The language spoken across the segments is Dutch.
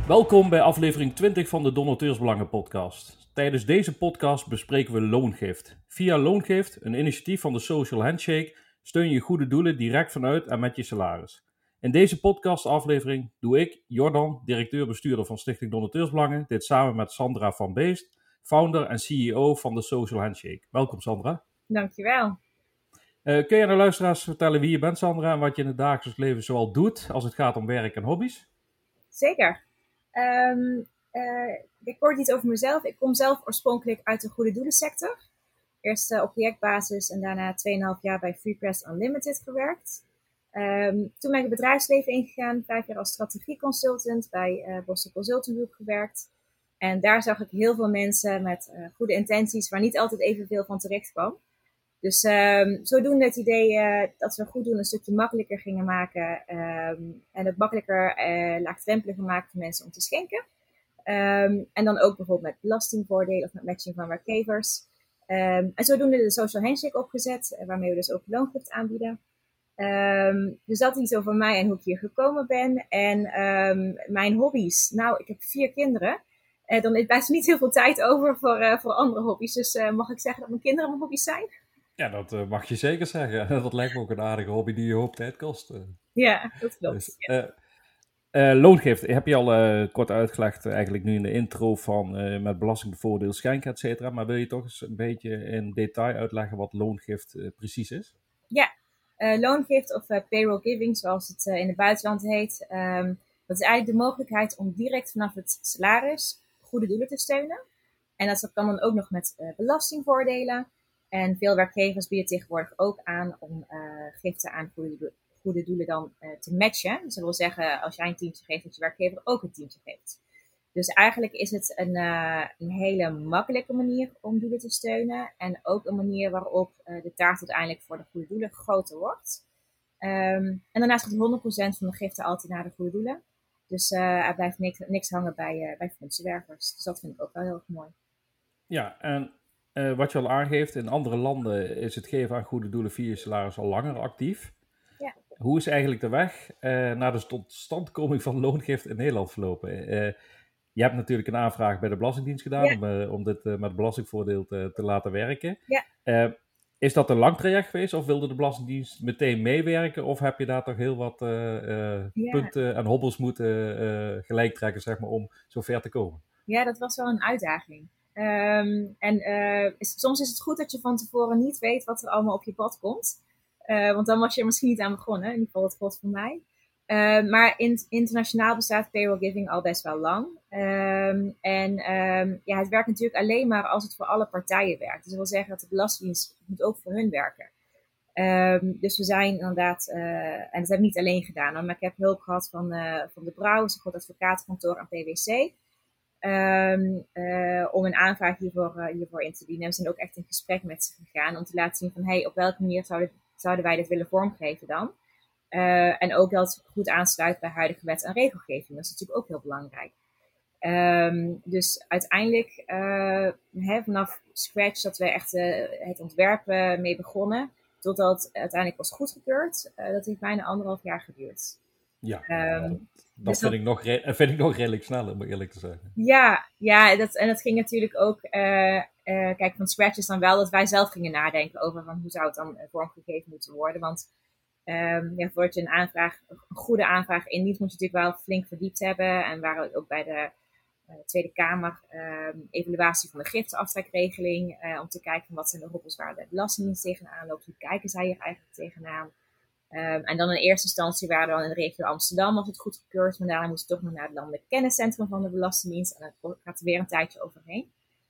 Welkom bij aflevering 20 van de Donateursbelangen podcast. Tijdens deze podcast bespreken we Loongift. Via Loongift, een initiatief van de Social Handshake, steun je goede doelen direct vanuit en met je salaris. In deze podcastaflevering doe ik, Jordan, directeur-bestuurder van Stichting Donateursbelangen, dit samen met Sandra van Beest, founder en CEO van de Social Handshake. Welkom Sandra. Dankjewel. Kun je aan de luisteraars vertellen wie je bent, Sandra, en wat je in het dagelijks leven zoal doet als het gaat om werk en hobby's? Zeker. Ik hoor iets over mezelf. Ik kom zelf oorspronkelijk uit de goede doelensector. Eerst op projectbasis en daarna 2,5 jaar bij Free Press Unlimited gewerkt. Toen ben ik het bedrijfsleven ingegaan, 5 jaar als strategieconsultant bij Boston Consulting Group gewerkt. En daar zag ik heel veel mensen met goede intenties, waar niet altijd evenveel van terecht kwam. Dus zodoende het idee dat we goed doen een stukje makkelijker gingen maken. En het makkelijker laagdrempeliger maken voor mensen om te schenken. En dan ook bijvoorbeeld met belastingvoordelen of met matching van werkgevers. En zodoende de Social Handshake opgezet, waarmee we dus ook loongift aanbieden. Dus dat is iets over mij en hoe ik hier gekomen ben. En mijn hobby's. Nou, ik heb 4 kinderen. Dan is best niet heel veel tijd over voor andere hobby's. Dus mag ik zeggen dat mijn kinderen mijn hobby's zijn? Ja, dat mag je zeker zeggen. Dat lijkt me ook een aardige hobby die je hoop tijd kost. Ja, dat klopt. Dus, loongift heb je al kort uitgelegd, eigenlijk nu in de intro van met belastingvoordeel schenken, et cetera. Maar wil je toch eens een beetje in detail uitleggen wat loongift precies is? Ja, loongift of payroll giving, zoals het in het buitenland heet. Dat is eigenlijk de mogelijkheid om direct vanaf het salaris goede doelen te steunen. En dat kan dan ook nog met belastingvoordelen. En veel werkgevers bieden tegenwoordig ook aan om giften aan goede doelen dan te matchen. Dus dat wil zeggen, als jij een tientje geeft, dat je werkgever ook een tientje geeft. Dus eigenlijk is het een hele makkelijke manier om doelen te steunen. En ook een manier waarop de taart uiteindelijk voor de goede doelen groter wordt. En daarnaast gaat 100% van de giften altijd naar de goede doelen. Dus er blijft niks hangen bij fondsenwervers. Dus dat vind ik ook wel heel erg mooi. Ja, en wat je al aangeeft, in andere landen is het geven aan goede doelen via je salaris al langer actief. Ja. Hoe is eigenlijk de weg naar de totstandkoming van loongift in Nederland verlopen? Je hebt natuurlijk een aanvraag bij de Belastingdienst gedaan om dit met belastingvoordeel te laten werken. Ja. Is dat een lang traject geweest of wilde de Belastingdienst meteen meewerken? Of heb je daar toch heel wat punten en hobbels moeten gelijk trekken, zeg maar, om zo ver te komen? Ja, dat was wel een uitdaging. Soms is het goed dat je van tevoren niet weet wat er allemaal op je pad komt. Want dan was je er misschien niet aan begonnen. In ieder geval het geldt voor mij. Maar internationaal bestaat payroll giving al best wel lang. Het werkt natuurlijk alleen maar als het voor alle partijen werkt. Dus dat wil zeggen dat de Belastingdienst moet ook voor hun werken. Dus we zijn inderdaad, en dat heb ik niet alleen gedaan, maar ik heb hulp gehad van de Brouw, een groot advocatenkantoor aan PwC. Om een aanvraag hiervoor in te dienen. We zijn ook echt in gesprek met ze gegaan om te laten zien van op welke manier zouden wij dit willen vormgeven dan. En ook dat het goed aansluit bij huidige wet en regelgeving. Dat is natuurlijk ook heel belangrijk. Dus uiteindelijk vanaf scratch dat we echt het ontwerpen mee begonnen, totdat het uiteindelijk was goedgekeurd. Dat heeft bijna 1,5 jaar geduurd. Ja, dat vind ik nog redelijk snel, om eerlijk te zeggen. Ja, dat ging natuurlijk ook, kijk, van scratch is dan wel dat wij zelf gingen nadenken over van hoe zou het dan vormgegeven moeten worden. Want voordat je een goede aanvraag indient, moet je natuurlijk wel flink verdiept hebben. En waren ook bij de Tweede Kamer evaluatie van de giftenaftrekregeling, om te kijken wat zijn de hobbels waar de Belastingdienst tegenaan loopt. Hoe kijken zij hier eigenlijk tegenaan? En dan in eerste instantie waren we dan in de regio Amsterdam, was het goedgekeurd. Maar daarna moest het toch nog naar het landelijk kenniscentrum van de Belastingdienst. En dan gaat er weer een tijdje overheen.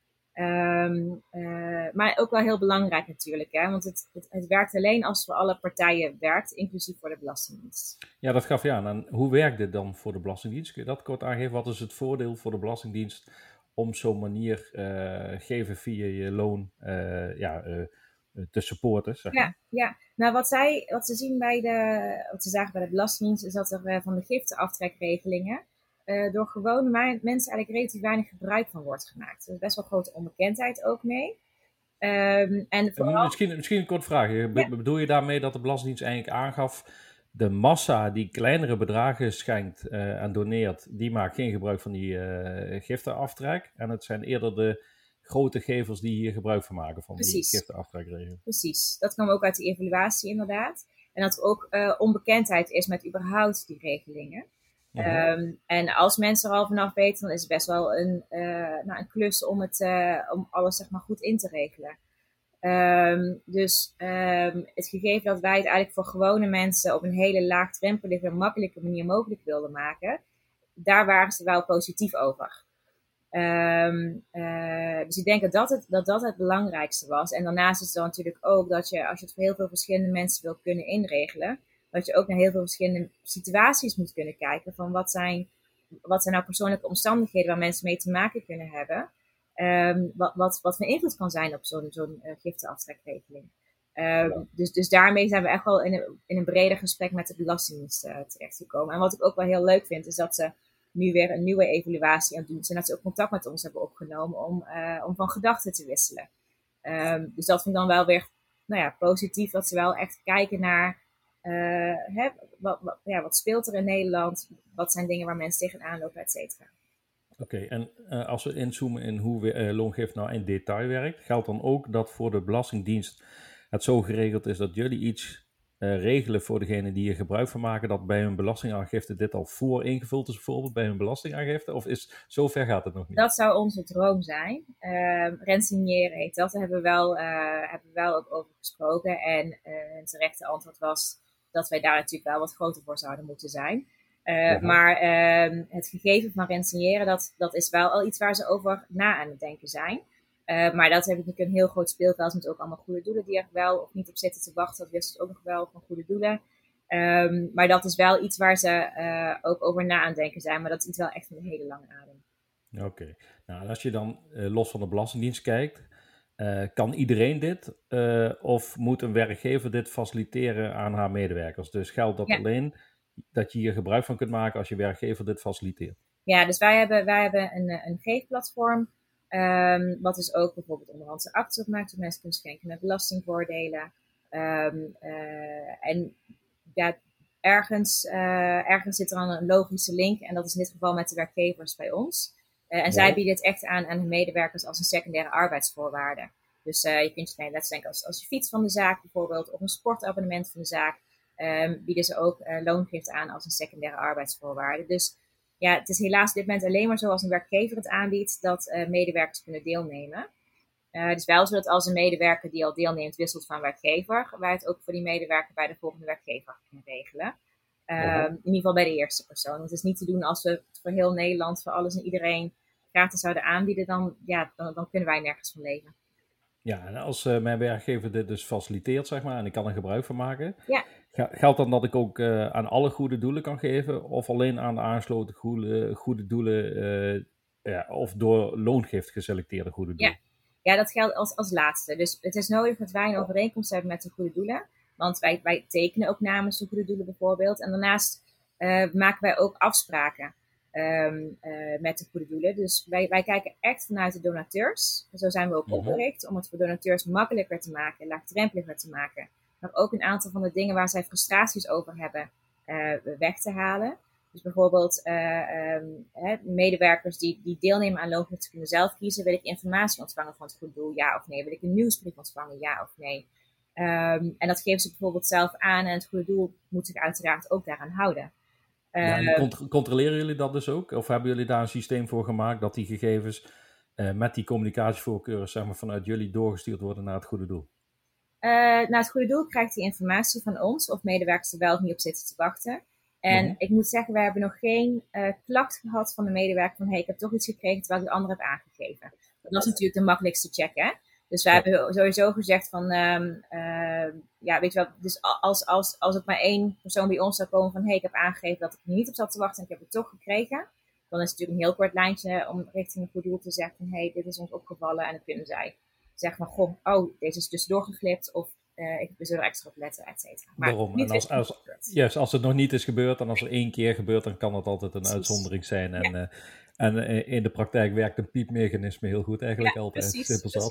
Maar ook wel heel belangrijk natuurlijk, hè? Want het werkt alleen als voor alle partijen werkt, inclusief voor de Belastingdienst. Ja, dat gaf je aan. En hoe werkt dit dan voor de Belastingdienst? Kun je dat kort aangeven? Wat is het voordeel voor de Belastingdienst om zo'n manier geven via je loon te supporten? Zeg maar? Ja. Nou, wat ze zien wat ze zagen bij de Belastingdienst, is dat er van de giftenaftrekregelingen door gewone mensen eigenlijk relatief weinig gebruik van wordt gemaakt. Er is best wel grote onbekendheid ook mee. Misschien een kort vraag. Bedoel je daarmee dat de Belastingdienst eigenlijk aangaf de massa die kleinere bedragen schenkt en doneert, die maakt geen gebruik van die giftenaftrek. En het zijn eerder de grote gevers die hier gebruik van maken van die giftenaftrekregel. Precies, dat kwam ook uit de evaluatie inderdaad. En dat er ook onbekendheid is met überhaupt die regelingen. En als mensen er al vanaf weten, dan is het best wel een klus om alles zeg maar goed in te regelen. Het gegeven dat wij het eigenlijk voor gewone mensen op een hele laagdrempelige en makkelijke manier mogelijk wilden maken, daar waren ze wel positief over. Dus ik denk dat het belangrijkste was. En daarnaast is het dan natuurlijk ook dat je, als je het voor heel veel verschillende mensen wil kunnen inregelen, dat je ook naar heel veel verschillende situaties moet kunnen kijken van wat zijn nou persoonlijke omstandigheden waar mensen mee te maken kunnen hebben. Wat van invloed kan zijn op zo'n giftenaftrekregeling. Dus daarmee zijn we echt wel in een breder gesprek met de Belastingdienst terechtgekomen. En wat ik ook wel heel leuk vind, is dat ze nu weer een nieuwe evaluatie aan het doen zijn. Dat ze ook contact met ons hebben opgenomen om van gedachten te wisselen. Dus dat vind ik dan wel weer positief, dat ze wel echt kijken naar wat speelt er in Nederland, wat zijn dingen waar mensen tegenaan lopen, et cetera. Oké, en als we inzoomen in hoe loongifte nou in detail werkt, geldt dan ook dat voor de Belastingdienst het zo geregeld is dat jullie iets regelen voor degene die er gebruik van maken, dat bij hun belastingaangifte dit al voor ingevuld is, bijvoorbeeld bij hun belastingaangifte? Of zover gaat het nog niet? Dat zou onze droom zijn. Rensigneren heet dat. Daar hebben we wel ook over gesproken. En het terechte antwoord was dat wij daar natuurlijk wel wat groter voor zouden moeten zijn. Maar het gegeven van rensigneren, dat is wel al iets waar ze over na aan het denken zijn. Maar dat heb ik natuurlijk een heel groot speelveld met ook allemaal goede doelen die er wel of niet op zitten te wachten. Dat wist het ook nog wel van goede doelen. Maar dat is wel iets waar ze ook over na aan het denken zijn. Maar dat is iets wel echt een hele lange adem. Oké. Nou, als je dan los van de Belastingdienst kijkt, kan iedereen dit? Of moet een werkgever dit faciliteren aan haar medewerkers? Dus geldt dat alleen dat je hier gebruik van kunt maken als je werkgever dit faciliteert? Ja, dus wij hebben een geefplatform. Wat dus ook bijvoorbeeld onderhandse actes opmaakt, dat mensen kunnen schenken met belastingvoordelen. En ja, ergens zit er dan een logische link. En dat is in dit geval met de werkgevers bij ons. En zij bieden het echt aan hun medewerkers als een secundaire arbeidsvoorwaarde. Dus je kunt je net denken als je fiets van de zaak bijvoorbeeld, of een sportabonnement van de zaak, bieden ze ook loongifte aan als een secundaire arbeidsvoorwaarde. Dus ja, het is helaas op dit moment alleen maar zo als een werkgever het aanbiedt dat medewerkers kunnen deelnemen. Het is wel zo dat als een medewerker die al deelneemt wisselt van werkgever, wij het ook voor die medewerker bij de volgende werkgever kunnen regelen. In ieder geval bij de eerste persoon. Want het is niet te doen als we het voor heel Nederland, voor alles en iedereen gratis zouden aanbieden, dan kunnen wij nergens van leven. Ja, en als mijn werkgever dit dus faciliteert, zeg maar, en ik kan er gebruik van maken, ja. Geldt dan dat ik ook aan alle goede doelen kan geven, of alleen aan de aangesloten goede doelen, of door loongift geselecteerde goede doelen? Ja, dat geldt als laatste. Dus het is nodig dat wij een overeenkomst hebben met de goede doelen. Want wij tekenen ook namens de goede doelen bijvoorbeeld. En daarnaast maken wij ook afspraken met de goede doelen. Dus wij kijken echt vanuit de donateurs. Zo zijn we ook opgericht om het voor donateurs makkelijker te maken, laagdrempeliger te maken. Maar ook een aantal van de dingen waar zij frustraties over hebben weg te halen. Dus bijvoorbeeld medewerkers die deelnemen aan loongifte kunnen zelf kiezen. Wil ik informatie ontvangen van het goede doel, ja of nee? Wil ik een nieuwsbrief ontvangen, ja of nee? En dat geven ze bijvoorbeeld zelf aan en het goede doel moet zich uiteraard ook daaraan houden. En controleren jullie dat dus ook? Of hebben jullie daar een systeem voor gemaakt dat die gegevens met die communicatievoorkeuren zeg maar, vanuit jullie doorgestuurd worden naar het goede doel? Het goede doel krijgt die informatie van ons of medewerkers er wel of niet op zitten te wachten. En ik moet zeggen, we hebben nog geen klacht gehad van de medewerker van ik heb toch iets gekregen terwijl ik de ander heb aangegeven. Dat is natuurlijk de makkelijkste check, hè. Dus we hebben sowieso gezegd van, weet je wel, dus als het maar één persoon bij ons zou komen van ik heb aangegeven dat ik er niet op zat te wachten en ik heb het toch gekregen, dan is het natuurlijk een heel kort lijntje om richting een goed doel te zeggen van dit is ons opgevallen en dan kunnen zij zeggen van deze is dus doorgeglipt of we zullen er extra op letten, et cetera. Maar daarom, en als het nog niet is gebeurd en als er 1 keer gebeurt, dan kan dat altijd een uitzondering zijn. Ja. En in de praktijk werkt een piepmechanisme heel goed eigenlijk altijd. Simpel zat.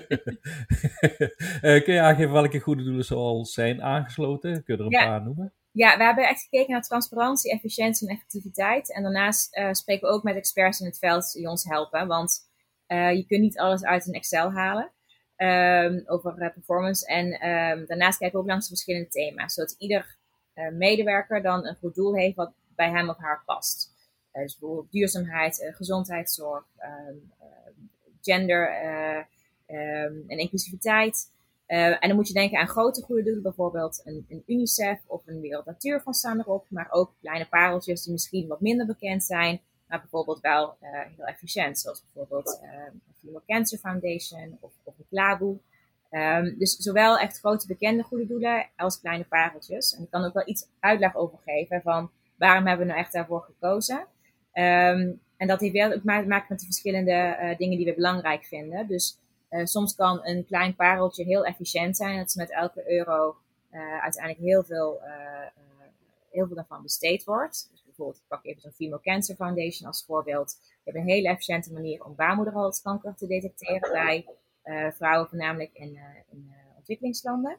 Kun je aangeven welke goede doelen zoal zijn aangesloten? Kun je er een paar noemen? Ja, we hebben echt gekeken naar transparantie, efficiëntie en effectiviteit. En daarnaast spreken we ook met experts in het veld die ons helpen. Want je kunt niet alles uit een Excel halen over performance. En daarnaast kijken we ook langs de verschillende thema's. Zodat ieder medewerker dan een goed doel heeft wat bij hem of haar past. Dus bijvoorbeeld duurzaamheid, gezondheidszorg, gender en inclusiviteit. En dan moet je denken aan grote goede doelen, bijvoorbeeld een UNICEF of een Wereld Natuurfonds staan erop. Maar ook kleine pareltjes die misschien wat minder bekend zijn, maar bijvoorbeeld wel heel efficiënt. Zoals bijvoorbeeld de Cancer Foundation of het LABU. Dus zowel echt grote bekende goede doelen als kleine pareltjes. En ik kan ook wel iets uitleg over geven van waarom hebben we nou echt daarvoor gekozen. En dat heeft wel ook maken met de verschillende dingen die we belangrijk vinden. Dus soms kan een klein pareltje heel efficiënt zijn. Dat is met elke euro uiteindelijk heel veel daarvan besteed wordt. Dus bijvoorbeeld, ik pak even zo'n Female Cancer Foundation als voorbeeld. Je hebt een hele efficiënte manier om baarmoederhalskanker te detecteren bij vrouwen, voornamelijk in ontwikkelingslanden.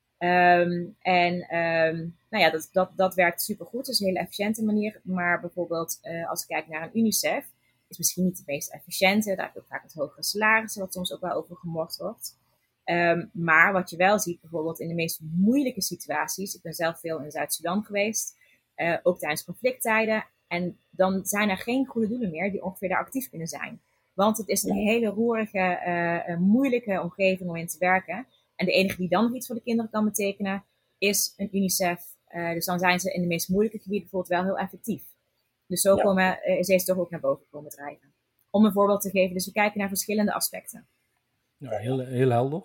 Dat werkt supergoed. Dat is een hele efficiënte manier. Maar bijvoorbeeld als ik kijk naar een UNICEF, is misschien niet de meest efficiënte. Daar heb je ook vaak het hogere salaris, wat soms ook wel over gemord wordt. Maar wat je wel ziet, bijvoorbeeld in de meest moeilijke situaties. Ik ben zelf veel in Zuid-Sudan geweest, ook tijdens conflicttijden. En dan zijn er geen goede doelen meer die ongeveer daar actief kunnen zijn. Want het is een hele roerige, moeilijke omgeving om in te werken. En de enige die dan nog iets voor de kinderen kan betekenen, is een UNICEF. Dus dan zijn ze in de meest moeilijke gebieden bijvoorbeeld wel heel effectief. Dus zo is deze toch ook naar boven komen drijven. Om een voorbeeld te geven, dus we kijken naar verschillende aspecten. Ja, heel helder.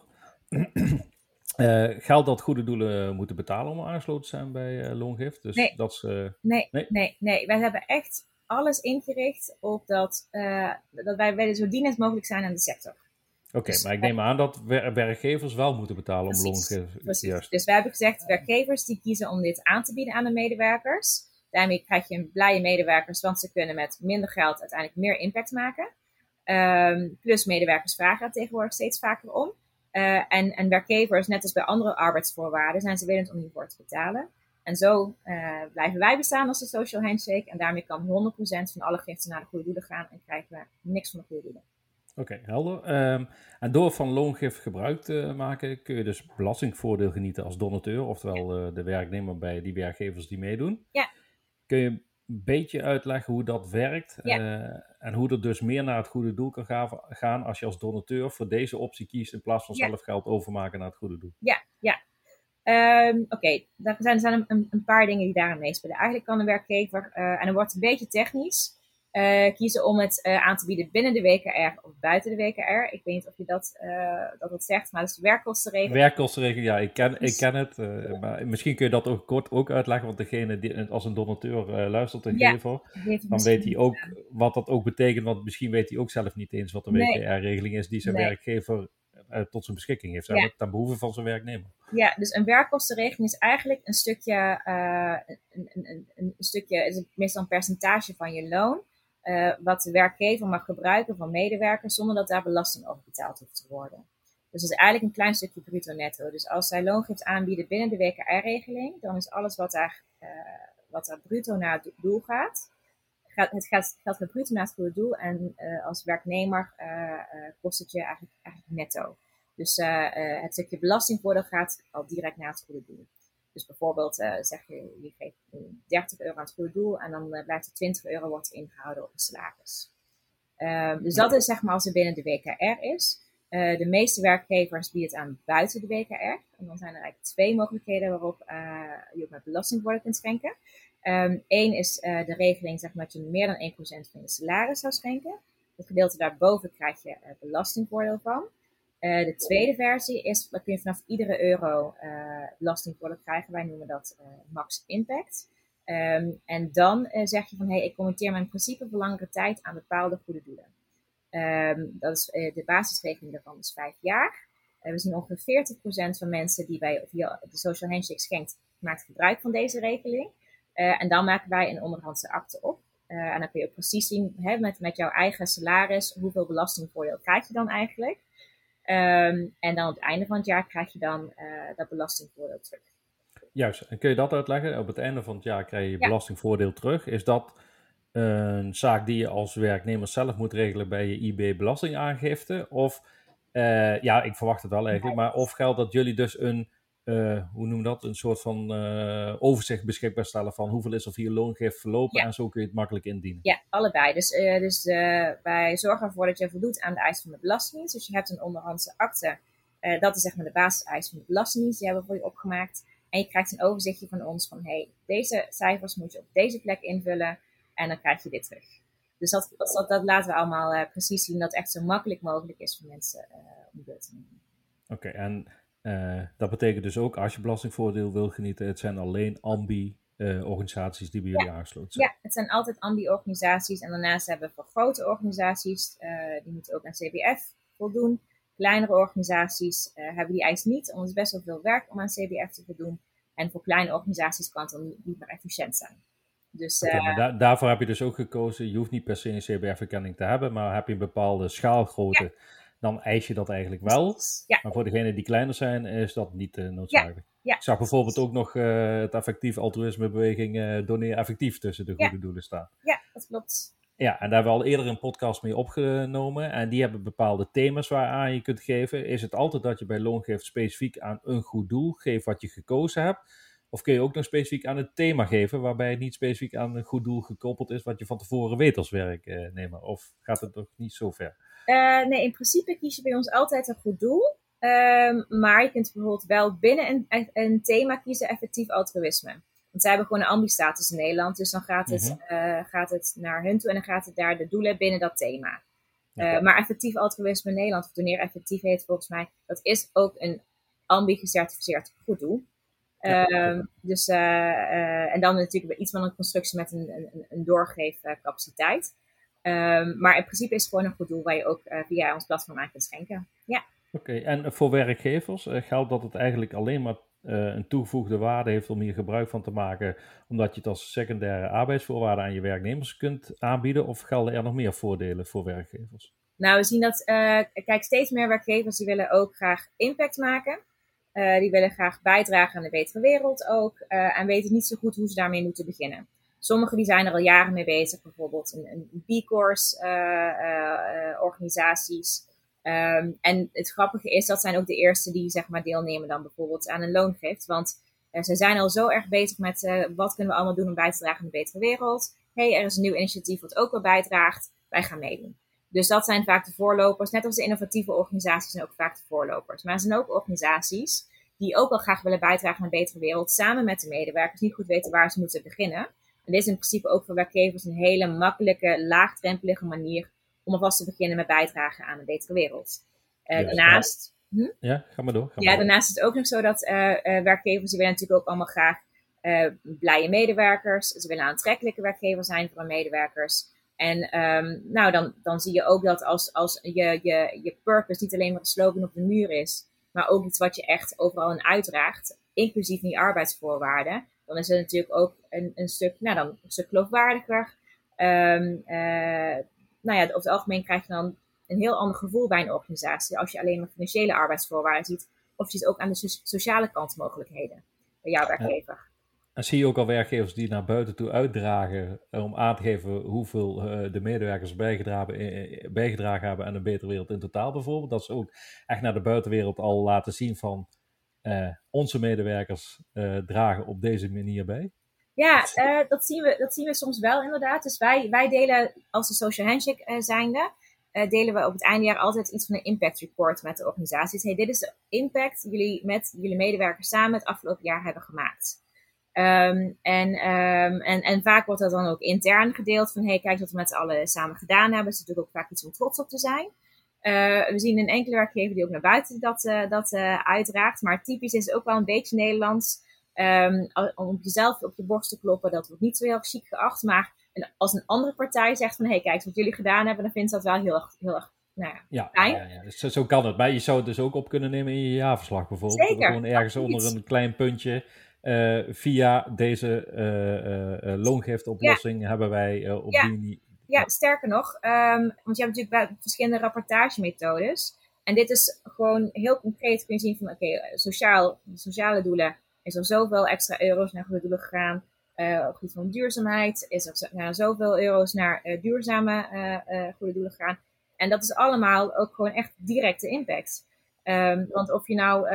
Geldt dat goede doelen moeten betalen om aangesloten te zijn bij Loongift? Dus nee. Dat is, nee. Wij hebben echt alles ingericht op dat wij zo dienend mogelijk zijn aan de sector. Oké, maar ik neem aan dat werkgevers wel moeten betalen om loongift. Precies. Dus wij hebben gezegd, werkgevers die kiezen om dit aan te bieden aan de medewerkers. Daarmee krijg je een blije medewerkers, want ze kunnen met minder geld uiteindelijk meer impact maken. Plus medewerkers vragen er tegenwoordig steeds vaker om. En werkgevers, net als bij andere arbeidsvoorwaarden, zijn ze willend om hiervoor te betalen. En zo blijven wij bestaan als de social handshake. En daarmee kan 100% van alle giften naar de goede doelen gaan en krijgen we niks van de goede doelen. Oké, helder. En door van loongift gebruik te maken, kun je dus belastingvoordeel genieten als donateur, oftewel de werknemer bij die werkgevers die meedoen. Ja. Kun je een beetje uitleggen hoe dat werkt en hoe er dus meer naar het goede doel kan gaan als je als donateur voor deze optie kiest in plaats van zelf geld overmaken naar het goede doel? Ja. Oké, er zijn een paar dingen die daarin meespelen. Eigenlijk kan een werkgever, en dan wordt het een beetje technisch, kiezen om het aan te bieden binnen de WKR of buiten de WKR. Ik weet niet of je dat zegt, maar dat is de werkkostenregeling. Werkkostenregeling, ja, ik ken het. Maar misschien kun je dat ook kort ook uitleggen, want degene die als een donateur luistert en gever, dan weet hij ook wat dat ook betekent, want misschien weet hij ook zelf niet eens wat de WKR-regeling is die zijn werkgever tot zijn beschikking heeft, ten behoeve van zijn werknemer. Ja, dus een werkkostenregeling is eigenlijk een stukje, is meestal een percentage van je loon, wat de werkgever mag gebruiken van medewerkers zonder dat daar belasting over betaald hoeft te worden. Dus dat is eigenlijk een klein stukje bruto netto. Dus als zij loongift aanbieden binnen de WKR-regeling, dan is alles wat daar bruto naar het doel gaat, gaat bruto naar het goede doel. En als werknemer kost het je eigenlijk netto. Dus het stukje belastingvoordeel gaat al direct naar het goede doel. Dus bijvoorbeeld zeg je geeft 30 euro aan het goede doel en dan blijft er 20 euro wordt ingehouden op het salaris. Dus dat is zeg maar als het binnen de WKR is. De meeste werkgevers bieden het aan buiten de WKR. En dan zijn er eigenlijk twee mogelijkheden waarop je ook met belastingvoordeel kunt schenken. Eén is de regeling zeg maar, dat je meer dan 1% van je salaris zou schenken. Het gedeelte daarboven krijg je belastingvoordeel van. De tweede versie is, dan kun je vanaf iedere euro belastingvoordeel krijgen. Wij noemen dat max impact. En dan zeg je van, ik committeer me in principe voor langere tijd aan bepaalde goede doelen. Dat is de basisregeling daarvan is 5 jaar. We zien ongeveer 40% van mensen die via de social handshake schenkt, maakt gebruik van deze regeling. En dan maken wij een onderhandse akte op. En dan kun je ook precies zien met jouw eigen salaris hoeveel belastingvoordeel krijg je dan eigenlijk. En dan op het einde van het jaar krijg je dan dat belastingvoordeel terug. Juist, en kun je dat uitleggen? Op het einde van het jaar krijg je je Ja. belastingvoordeel terug. Is dat een zaak die je als werknemer zelf moet regelen bij je IB-belastingaangifte? Of, ik verwacht het wel eigenlijk, maar of geldt dat jullie dus hoe noem je dat, een soort van overzicht beschikbaar stellen van hoeveel is er via loongift verlopen en zo kun je het makkelijk indienen? Ja, allebei. Dus wij zorgen ervoor dat je voldoet aan de eisen van de Belastingdienst. Dus je hebt een onderhandse akte. Dat is zeg maar de basiseis van de Belastingdienst. Die hebben we voor je opgemaakt. En je krijgt een overzichtje van ons van deze cijfers moet je op deze plek invullen. En dan krijg je dit terug. Dus dat laten we allemaal precies zien. Dat het echt zo makkelijk mogelijk is voor mensen om deel te nemen. Oké, en dat betekent dus ook als je belastingvoordeel wil genieten, het zijn alleen ambi-organisaties die bij jullie aangesloten zijn. Ja, het zijn altijd ambi-organisaties. En daarnaast hebben we voor grote organisaties, die moeten ook aan CBF voldoen. Kleinere organisaties hebben die eis niet, want het is best wel veel werk om aan CBF te voldoen. En voor kleine organisaties kan het dan niet meer efficiënt zijn. Dus, maar daarvoor heb je dus ook gekozen, je hoeft niet per se een CBF-erkenning te hebben, maar heb je een bepaalde schaalgrootte, dan eis je dat eigenlijk wel. Ja. Maar voor degenen die kleiner zijn, is dat niet noodzakelijk. Ja. Ik zag bijvoorbeeld ook nog het effectief altruïsmebeweging Doneer Effectief tussen de goede doelen staan. Ja, dat klopt. Ja, en daar hebben we al eerder een podcast mee opgenomen. En die hebben bepaalde thema's waaraan je kunt geven. Is het altijd dat je bij loongift specifiek aan een goed doel geeft wat je gekozen hebt? Of kun je ook nog specifiek aan het thema geven, waarbij het niet specifiek aan een goed doel gekoppeld is wat je van tevoren weet als werknemer? Of gaat het nog niet zo ver? Nee, in principe kies je bij ons altijd een goed doel. Maar je kunt bijvoorbeeld wel binnen een thema kiezen effectief altruïsme. Want zij hebben gewoon een ambi-status in Nederland. Dus dan gaat het naar hun toe en dan gaat het daar de doelen binnen dat thema. Maar effectief altruïsme in Nederland, of Doneer Effectief heet volgens mij, dat is ook een ambi-gecertificeerd goed doel. En dan natuurlijk iets van een constructie met een doorgeefcapaciteit. Maar in principe is het gewoon een goed doel waar je ook via ons platform aan kunt schenken. Ja. Oké, en voor werkgevers geldt dat het eigenlijk alleen maar een toegevoegde waarde heeft om hier gebruik van te maken, omdat je het als secundaire arbeidsvoorwaarde aan je werknemers kunt aanbieden, of gelden er nog meer voordelen voor werkgevers? Nou, we zien dat, steeds meer werkgevers die willen ook graag impact maken. Die willen graag bijdragen aan de betere wereld ook. En weten niet zo goed hoe ze daarmee moeten beginnen. Sommigen die zijn er al jaren mee bezig. Bijvoorbeeld een B-Course organisaties. En het grappige is, dat zijn ook de eerste die zeg maar deelnemen dan bijvoorbeeld aan een loongift. Want ze zijn al zo erg bezig met wat kunnen we allemaal doen om bij te dragen aan de betere wereld. Er is een nieuw initiatief wat ook wel bijdraagt. Wij gaan meedoen. Dus dat zijn vaak de voorlopers. Net als de innovatieve organisaties zijn ook vaak de voorlopers. Maar er zijn ook organisaties die ook wel graag willen bijdragen aan een betere wereld. Samen met de medewerkers, niet goed weten waar ze moeten beginnen. En dit is in principe ook voor werkgevers een hele makkelijke, laagdrempelige manier om alvast te beginnen met bijdragen aan een betere wereld. Daarnaast... Ja, ga maar door. Daarnaast is het ook nog zo dat werkgevers, die willen natuurlijk ook allemaal graag blije medewerkers. Ze willen aantrekkelijke werkgevers zijn voor hun medewerkers. En dan zie je ook dat als je purpose niet alleen maar een slogan op de muur is, maar ook iets wat je echt overal in uitdraagt, inclusief in je arbeidsvoorwaarden, dan is het natuurlijk ook een stuk geloofwaardiger. Over het algemeen krijg je dan een heel ander gevoel bij een organisatie als je alleen maar financiële arbeidsvoorwaarden ziet, of je ziet ook aan de sociale kant mogelijkheden bij jouw werkgever. En zie je ook al werkgevers die naar buiten toe uitdragen om aan te geven hoeveel de medewerkers bijgedragen hebben aan een betere wereld in totaal bijvoorbeeld? Dat ze ook echt naar de buitenwereld al laten zien van onze medewerkers dragen op deze manier bij? Ja, dat zien we soms wel inderdaad. Dus wij delen als de Social Handshake zijnde, delen we op het eindejaar altijd iets van een impact report met de organisaties. Dit is de impact die jullie met jullie medewerkers samen het afgelopen jaar hebben gemaakt. En vaak wordt dat dan ook intern gedeeld van kijk wat we met z'n allen samen gedaan hebben. Het is natuurlijk ook vaak iets om trots op te zijn. We zien een enkele werkgever die ook naar buiten dat uitdraagt. Maar typisch is ook wel een beetje Nederlands. Om op jezelf op je borst te kloppen, dat wordt niet zo heel chic geacht. Maar als een andere partij zegt van kijk wat jullie gedaan hebben, dan vindt ze dat wel heel erg fijn. Ja. Dus zo kan het. Maar je zou het dus ook op kunnen nemen in je jaarverslag bijvoorbeeld. Zeker. Gewoon ergens onder een klein puntje. Via deze loongiftoplossing hebben wij op die... Ja, sterker nog, want je hebt natuurlijk verschillende rapportagemethodes. En dit is gewoon heel concreet kun je zien van sociale doelen Is er zoveel extra euro's naar goede doelen gegaan. Op het gebied van duurzaamheid is er zoveel euro's naar duurzame goede doelen gegaan. En dat is allemaal ook gewoon echt directe impact. Want of je nou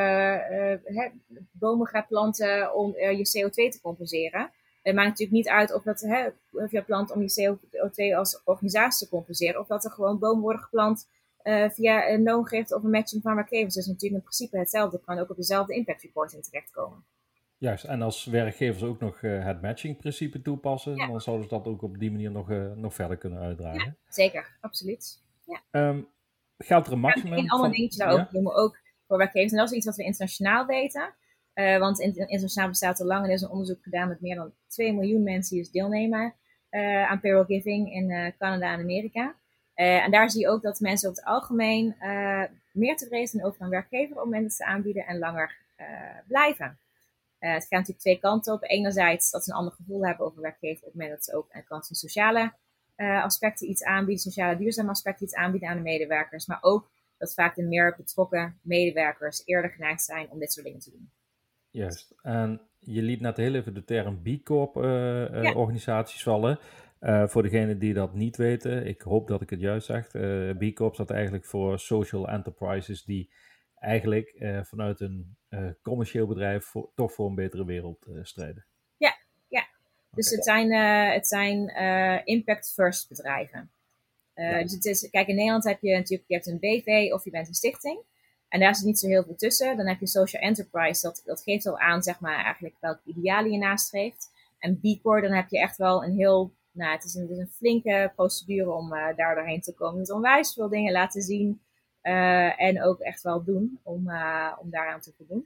bomen gaat planten om je CO2 te compenseren. Het maakt natuurlijk niet uit of je plant om je CO2 als organisatie te compenseren. Of dat er gewoon bomen worden geplant via een loongift of een matching van werkgevers. Dat is natuurlijk in principe hetzelfde. Het kan ook op dezelfde impact reporting terechtkomen. Juist, en als werkgevers ook nog het matching-principe toepassen, dan zouden ze dat ook op die manier nog verder kunnen uitdragen. Ja, zeker, absoluut. Ja. Geldt er een maximum? Een ander dingetje daarover noemen ook voor werkgevers. En dat is iets wat we internationaal weten. Want internationaal bestaat al lang en er is een onderzoek gedaan met meer dan 2 miljoen mensen die dus deelnemen aan payroll giving in Canada en Amerika. En daar zie je ook dat mensen over het algemeen meer tevreden zijn over een werkgever op het moment dat ze aanbieden en langer blijven. Het gaat natuurlijk twee kanten op. Enerzijds dat ze een ander gevoel hebben over werkgever op het moment dat ze ook aan de kant van sociale aspecten iets aanbieden, sociale duurzame aspecten iets aanbieden aan de medewerkers. Maar ook dat vaak de meer betrokken medewerkers eerder geneigd zijn om dit soort dingen te doen. Juist. En je liet net heel even de term B Corp organisaties vallen. Voor degenen die dat niet weten, ik hoop dat ik het juist zeg. B Corp staat eigenlijk voor Social Enterprises die eigenlijk vanuit een commercieel bedrijf toch voor een betere wereld strijden. Ja. Dus het zijn impact first bedrijven. Dus het is, kijk, in Nederland heb je natuurlijk je hebt een BV of je bent een stichting. En daar zit niet zo heel veel tussen. Dan heb je social enterprise, dat geeft al aan, zeg maar, eigenlijk welke idealen je nastreeft. En B Corp, dan heb je echt wel een heel, het is een flinke procedure om daar doorheen te komen. Dus onwijs veel dingen laten zien en ook echt wel doen om daaraan te voldoen.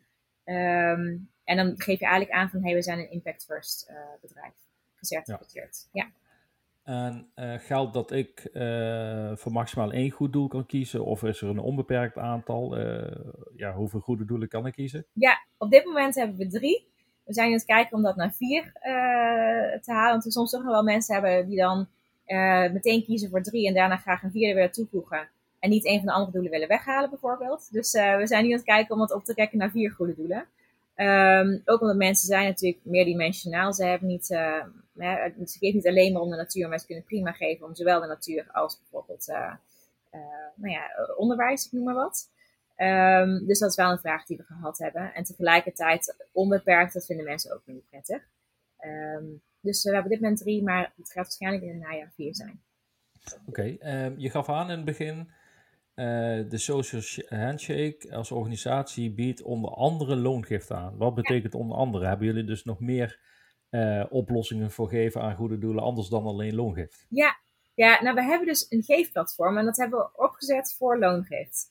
En dan geef je eigenlijk aan van, we zijn een impact first bedrijf, gecertificeerd. Ja. En geldt dat ik voor maximaal 1 goed doel kan kiezen? Of is er een onbeperkt aantal? Hoeveel goede doelen kan ik kiezen? Ja, op dit moment hebben we 3. We zijn aan het kijken om dat naar 4 te halen. Want we soms toch nog wel mensen hebben die dan meteen kiezen voor 3 en daarna graag een 4e willen toevoegen. En niet een van de andere doelen willen weghalen bijvoorbeeld. Dus we zijn nu aan het kijken om het op te trekken naar 4 goede doelen. Ook omdat mensen zijn natuurlijk meerdimensionaal. Ze hebben niet, ze geven niet alleen maar om de natuur, maar ze kunnen prima geven om zowel de natuur als bijvoorbeeld onderwijs, ik noem maar wat. Dus dat is wel een vraag die we gehad hebben. En tegelijkertijd onbeperkt, dat vinden mensen ook niet prettig. Dus we hebben op dit moment 3, maar het gaat waarschijnlijk in het najaar 4 zijn. Oké, je gaf aan in het begin, de Social Handshake als organisatie biedt onder andere loongift aan. Wat betekent onder andere? Hebben jullie dus nog meer oplossingen voor geven aan goede doelen, anders dan alleen loongift? Ja, nou we hebben dus een geefplatform en dat hebben we opgezet voor loongift.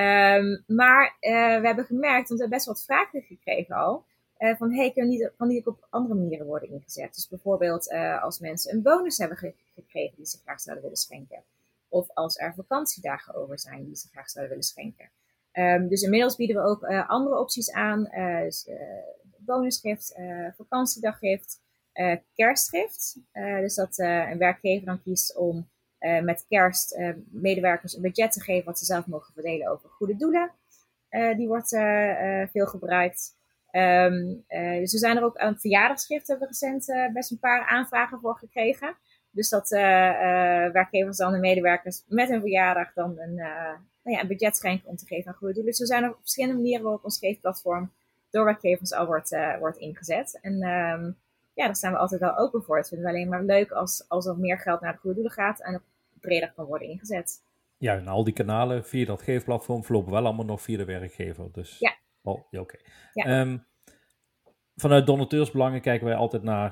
Maar we hebben gemerkt, want we hebben best wat vragen gekregen al, van kan die ook op andere manieren worden ingezet. Dus bijvoorbeeld als mensen een bonus hebben gekregen die ze graag zouden willen schenken. Of als er vakantiedagen over zijn die ze graag zouden willen schenken. Dus inmiddels bieden we ook andere opties aan. Bonusgift, vakantiedaggift, kerstgift. Dus dat een werkgever dan kiest om met kerst medewerkers een budget te geven wat ze zelf mogen verdelen over goede doelen. Die wordt veel gebruikt. Dus we zijn er ook aan verjaardagsgift hebben we recent best een paar aanvragen voor gekregen. Dus dat werkgevers dan de medewerkers met een verjaardag dan een budget schenken om te geven aan goede doelen. Dus er zijn er op verschillende manieren waarop ons geefplatform door werkgevers al wordt ingezet. En daar staan we altijd wel open voor. Het vinden we alleen maar leuk als er meer geld naar de goede doelen gaat en ook breder kan worden ingezet. Ja, en al die kanalen via dat geefplatform verlopen wel allemaal nog via de werkgever. Dus, ja. Oké. Ja. Vanuit donateursbelangen kijken wij altijd naar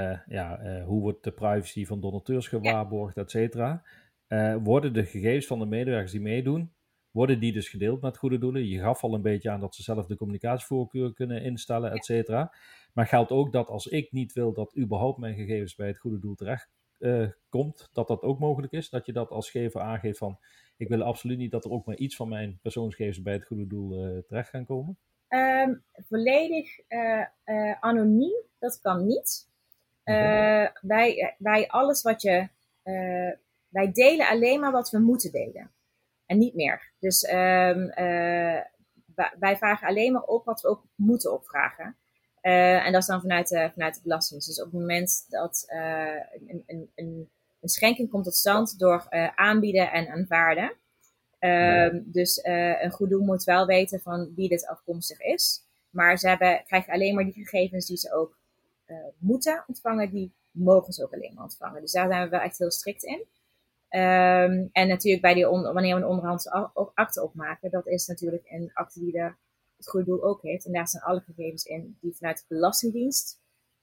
hoe wordt de privacy van donateurs gewaarborgd, et cetera. Worden de gegevens van de medewerkers die meedoen, worden die dus gedeeld met goede doelen? Je gaf al een beetje aan dat ze zelf de communicatievoorkeur kunnen instellen, et cetera. Maar geldt ook dat als ik niet wil dat überhaupt mijn gegevens bij het goede doel terecht komt, dat ook mogelijk is? Dat je dat als gever aangeeft van, ik wil absoluut niet dat er ook maar iets van mijn persoonsgegevens bij het goede doel terecht gaan komen? Volledig anoniem, dat kan niet. Wij alles wat wij delen alleen maar wat we moeten delen. En niet meer. Dus wij vragen alleen maar op wat we ook moeten opvragen. En dat is dan vanuit de belasting. Dus op het moment dat een schenking komt tot stand door aanbieden en aanvaarden. Dus een goed doel moet wel weten van wie dit afkomstig is. Maar ze krijgen alleen maar die gegevens die ze ook moeten ontvangen. Die mogen ze ook alleen maar ontvangen. Dus daar zijn we wel echt heel strikt in. En natuurlijk wanneer we een onderhandse akte opmaken. Dat is natuurlijk een akte die het goede doel ook heeft. En daar staan alle gegevens in die vanuit de Belastingdienst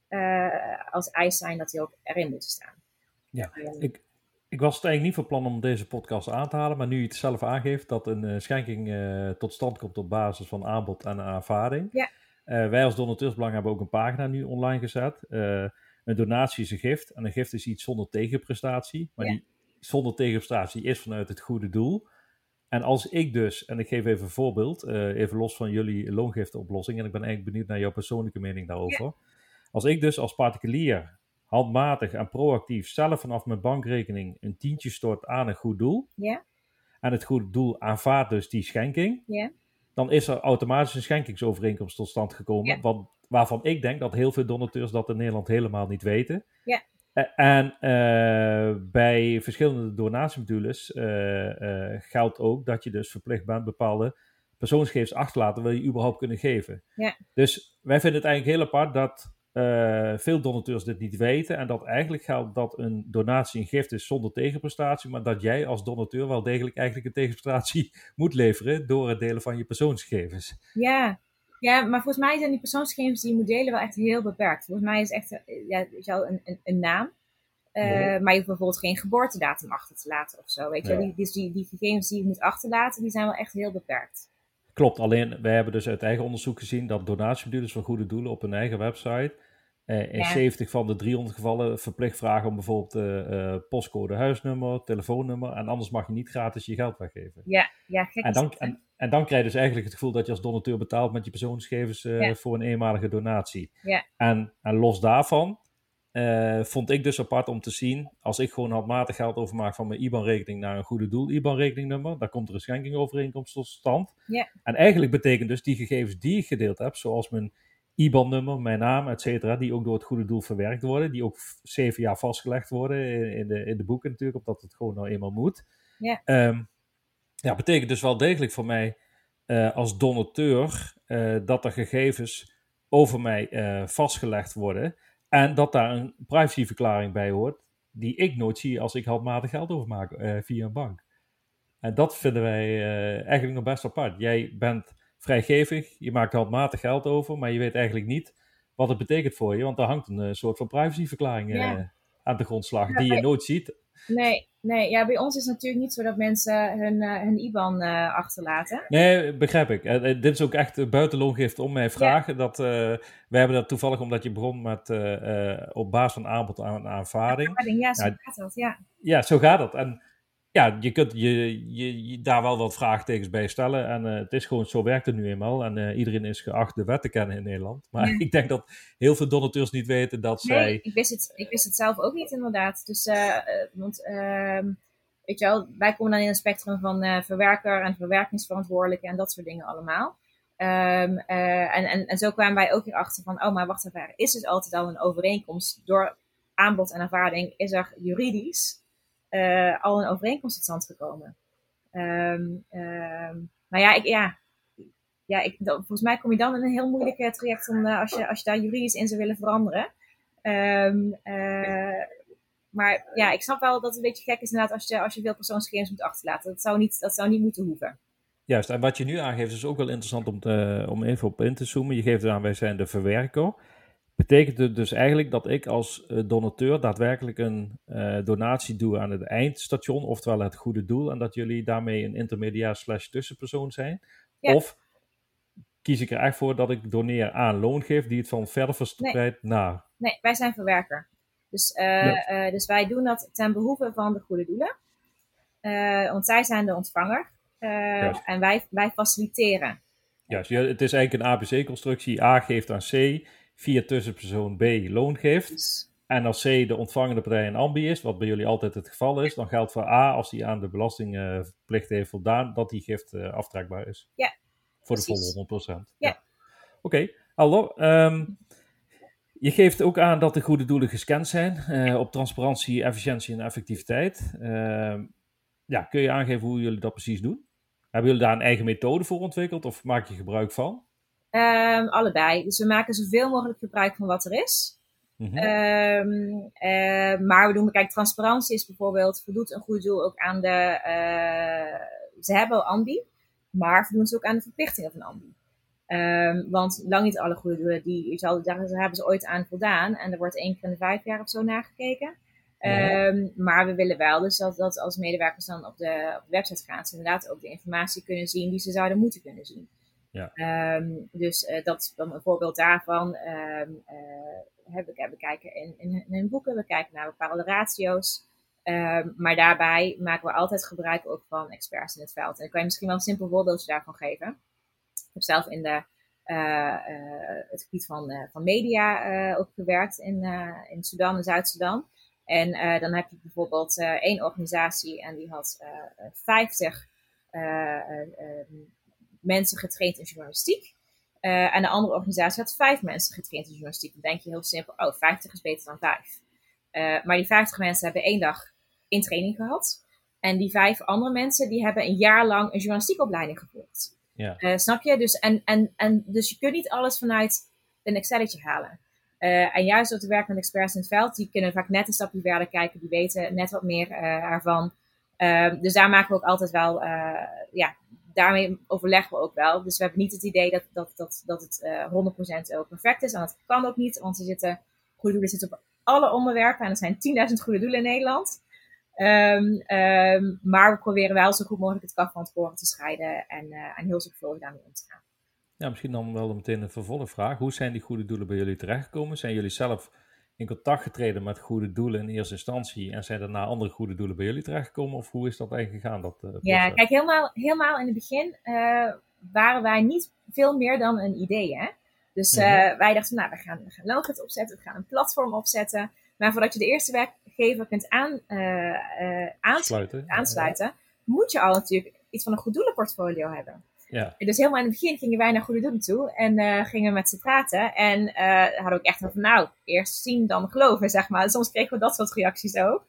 als eis zijn dat die ook erin moeten staan. Ja, ik was het eigenlijk niet van plan om deze podcast aan te halen, maar nu je het zelf aangeeft dat een schenking tot stand komt op basis van aanbod en aanvaarding. Ja. Wij als donateursbelang hebben ook een pagina nu online gezet. Een donatie is een gift en een gift is iets zonder tegenprestatie. Maar die zonder tegenprestatie is vanuit het goede doel. En als ik dus, en ik geef even een voorbeeld, even los van jullie loongiftenoplossing, en ik ben eigenlijk benieuwd naar jouw persoonlijke mening daarover. Ja. Als ik dus als particulier handmatig en proactief zelf vanaf mijn bankrekening een tientje stort aan een goed doel, en het goede doel aanvaardt dus die schenking, dan is er automatisch een schenkingsovereenkomst tot stand gekomen, waarvan ik denk dat heel veel donateurs dat in Nederland helemaal niet weten. Ja. En bij verschillende donatiemodules geldt ook dat je dus verplicht bent bepaalde persoonsgegevens achter te laten, wil je überhaupt kunnen geven. Ja. Dus wij vinden het eigenlijk heel apart dat veel donateurs dit niet weten en dat eigenlijk geldt dat een donatie een gift is zonder tegenprestatie, maar dat jij als donateur wel degelijk eigenlijk een tegenprestatie moet leveren door het delen van je persoonsgegevens. Ja, maar volgens mij zijn die persoonsgegevens die je moet delen wel echt heel beperkt. Volgens mij is echt een naam. Maar je hoeft bijvoorbeeld geen geboortedatum achter te laten of zo. Weet je? Ja. Die gegevens die je moet achterlaten, die zijn wel echt heel beperkt. Klopt, alleen wij hebben dus uit eigen onderzoek gezien dat donatiemodules voor goede doelen op hun eigen website in 70 van de 300 gevallen verplicht vragen om bijvoorbeeld postcode, huisnummer, telefoonnummer en anders mag je niet gratis je geld weggeven. Ja, gek. En dan krijg je dus eigenlijk het gevoel dat je als donateur betaalt met je persoonsgegevens voor een eenmalige donatie. Ja. En los daarvan vond ik dus apart om te zien, als ik gewoon handmatig geld overmaak van mijn IBAN-rekening naar een goede doel IBAN-rekeningnummer, dan komt er een schenkingovereenkomst tot stand. Ja. En eigenlijk betekent dus die gegevens die ik gedeeld heb, zoals mijn IBAN-nummer, mijn naam, et cetera, die ook door het goede doel verwerkt worden, die ook 7 jaar vastgelegd worden in de boeken natuurlijk, omdat het gewoon nou eenmaal moet. Ja. Betekent dus wel degelijk voor mij als donateur dat er gegevens over mij vastgelegd worden. En dat daar een privacyverklaring bij hoort, die ik nooit zie als ik handmatig geld overmaak via een bank. En dat vinden wij eigenlijk nog best apart. Jij bent vrijgevig, je maakt handmatig geld over, maar je weet eigenlijk niet wat het betekent voor je, want er hangt een soort van privacyverklaring aan de grondslag, die je nooit ziet. Nee, ja, bij ons is het natuurlijk niet zo dat mensen hun IBAN achterlaten. Nee, begrijp ik. Dit is ook echt buitenloongift om mij vragen. Ja. We hebben dat toevallig omdat je begon met op basis van aanbod en aanvaarding. Ja, zo gaat dat, ja. Ja, zo gaat dat. En ja, je kunt je daar wel wat vraagtekens bij stellen. En het is gewoon, zo werkt het nu eenmaal. En iedereen is geacht de wet te kennen in Nederland. Maar ik denk dat heel veel donateurs niet weten dat zij... Ik wist het zelf ook niet inderdaad. Dus, weet je wel, wij komen dan in een spectrum van verwerker en verwerkingsverantwoordelijke en dat soort dingen allemaal. En zo kwamen wij ook weer achter van, oh, maar wacht even, is het altijd al een overeenkomst? Door aanbod en aanvaarding is er juridisch al een overeenkomst tot stand gekomen. Maar volgens mij kom je dan in een heel moeilijk traject als je daar juridisch in zou willen veranderen. Maar ja, ik snap wel dat het een beetje gek is inderdaad als je veel persoonsgegevens moet achterlaten. Dat zou niet moeten hoeven. Juist, en wat je nu aangeeft is ook wel interessant om even op in te zoomen. Je geeft aan, wij zijn de verwerker. Betekent het dus eigenlijk dat ik als donateur daadwerkelijk een donatie doe aan het eindstation, oftewel het goede doel, en dat jullie daarmee een intermediair / tussenpersoon zijn? Ja. Of kies ik er echt voor dat ik doneer aan loongift die het van verder verspreidt naar? Nee, wij zijn verwerker. Dus wij doen dat ten behoeve van de goede doelen. Want zij zijn de ontvanger. En wij faciliteren. Juist, het is eigenlijk een ABC-constructie. A geeft aan C, via tussenpersoon B loongift. En als C de ontvangende partij een ambi is, wat bij jullie altijd het geval is, dan geldt voor A, als hij aan de belastingplicht heeft voldaan, dat die gift aftrekbaar is. Ja. Voor de volle 100%. Ja. Oké. Hallo, je geeft ook aan dat de goede doelen gescand zijn op transparantie, efficiëntie en effectiviteit. Ja, kun je aangeven hoe jullie dat precies doen? Hebben jullie daar een eigen methode voor ontwikkeld of maak je gebruik van? Allebei. Dus we maken zoveel mogelijk gebruik van wat er is. Mhm. Maar we doen, kijk, transparantie is bijvoorbeeld, voldoet een goed doel ook aan ze hebben ANBI, maar voldoen ze ook aan de verplichtingen van ANBI. Want lang niet alle goede doelen, daar hebben ze ooit aan voldaan. En er wordt 1 keer in de 5 jaar of zo nagekeken. Maar we willen wel dus dat als medewerkers dan op de website gaan, ze inderdaad ook de informatie kunnen zien die ze zouden moeten kunnen zien. Ja. Dus dat is dan een voorbeeld daarvan. We kijken in boeken, we kijken naar bepaalde ratio's. Maar daarbij maken we altijd gebruik ook van experts in het veld. En ik kan je misschien wel een simpel voorbeeldje daarvan geven. Ik heb zelf in het gebied van media ook gewerkt in Sudan en Zuid-Sudan. En dan heb je bijvoorbeeld één organisatie en die had 50 mensen getraind in journalistiek. En de andere organisatie had 5 mensen getraind in journalistiek. Dan denk je heel simpel, 50 is beter dan 5. Maar die 50 mensen hebben 1 dag in training gehad. En die 5 andere mensen die hebben een jaar lang een journalistieke opleiding gevolgd. Ja. Snap je? Dus, dus je kunt niet alles vanuit een Excelletje halen. En juist door te werken met experts in het veld, die kunnen vaak net een stapje verder kijken, die weten net wat meer ervan. Dus daar maken we ook altijd wel, daarmee overleggen we ook wel. Dus we hebben niet het idee dat het 100% ook perfect is. En dat kan ook niet, want goede doelen zitten op alle onderwerpen. En er zijn 10.000 goede doelen in Nederland. Maar we proberen wel zo goed mogelijk het kaf van het koren te scheiden en heel zorgvuldig daarmee om te gaan. Ja, misschien dan wel meteen een vervolgvraag. Hoe zijn die goede doelen bij jullie terechtgekomen? Zijn jullie zelf in contact getreden met goede doelen in eerste instantie en zijn daarna andere goede doelen bij jullie terechtgekomen? Of hoe is dat eigenlijk gegaan, dat proces? Ja, kijk, helemaal in het begin waren wij niet veel meer dan een idee, hè? Dus wij dachten, we gaan Loongit opzetten, we gaan een platform opzetten. Maar voordat je de eerste werkgever kunt aansluiten, moet je al natuurlijk iets van een goed doelenportfolio hebben. Ja. Dus helemaal in het begin gingen wij naar goede doelen toe en gingen met ze praten. En hadden ook echt van, eerst zien dan geloven, zeg maar. Soms kregen we dat soort reacties ook.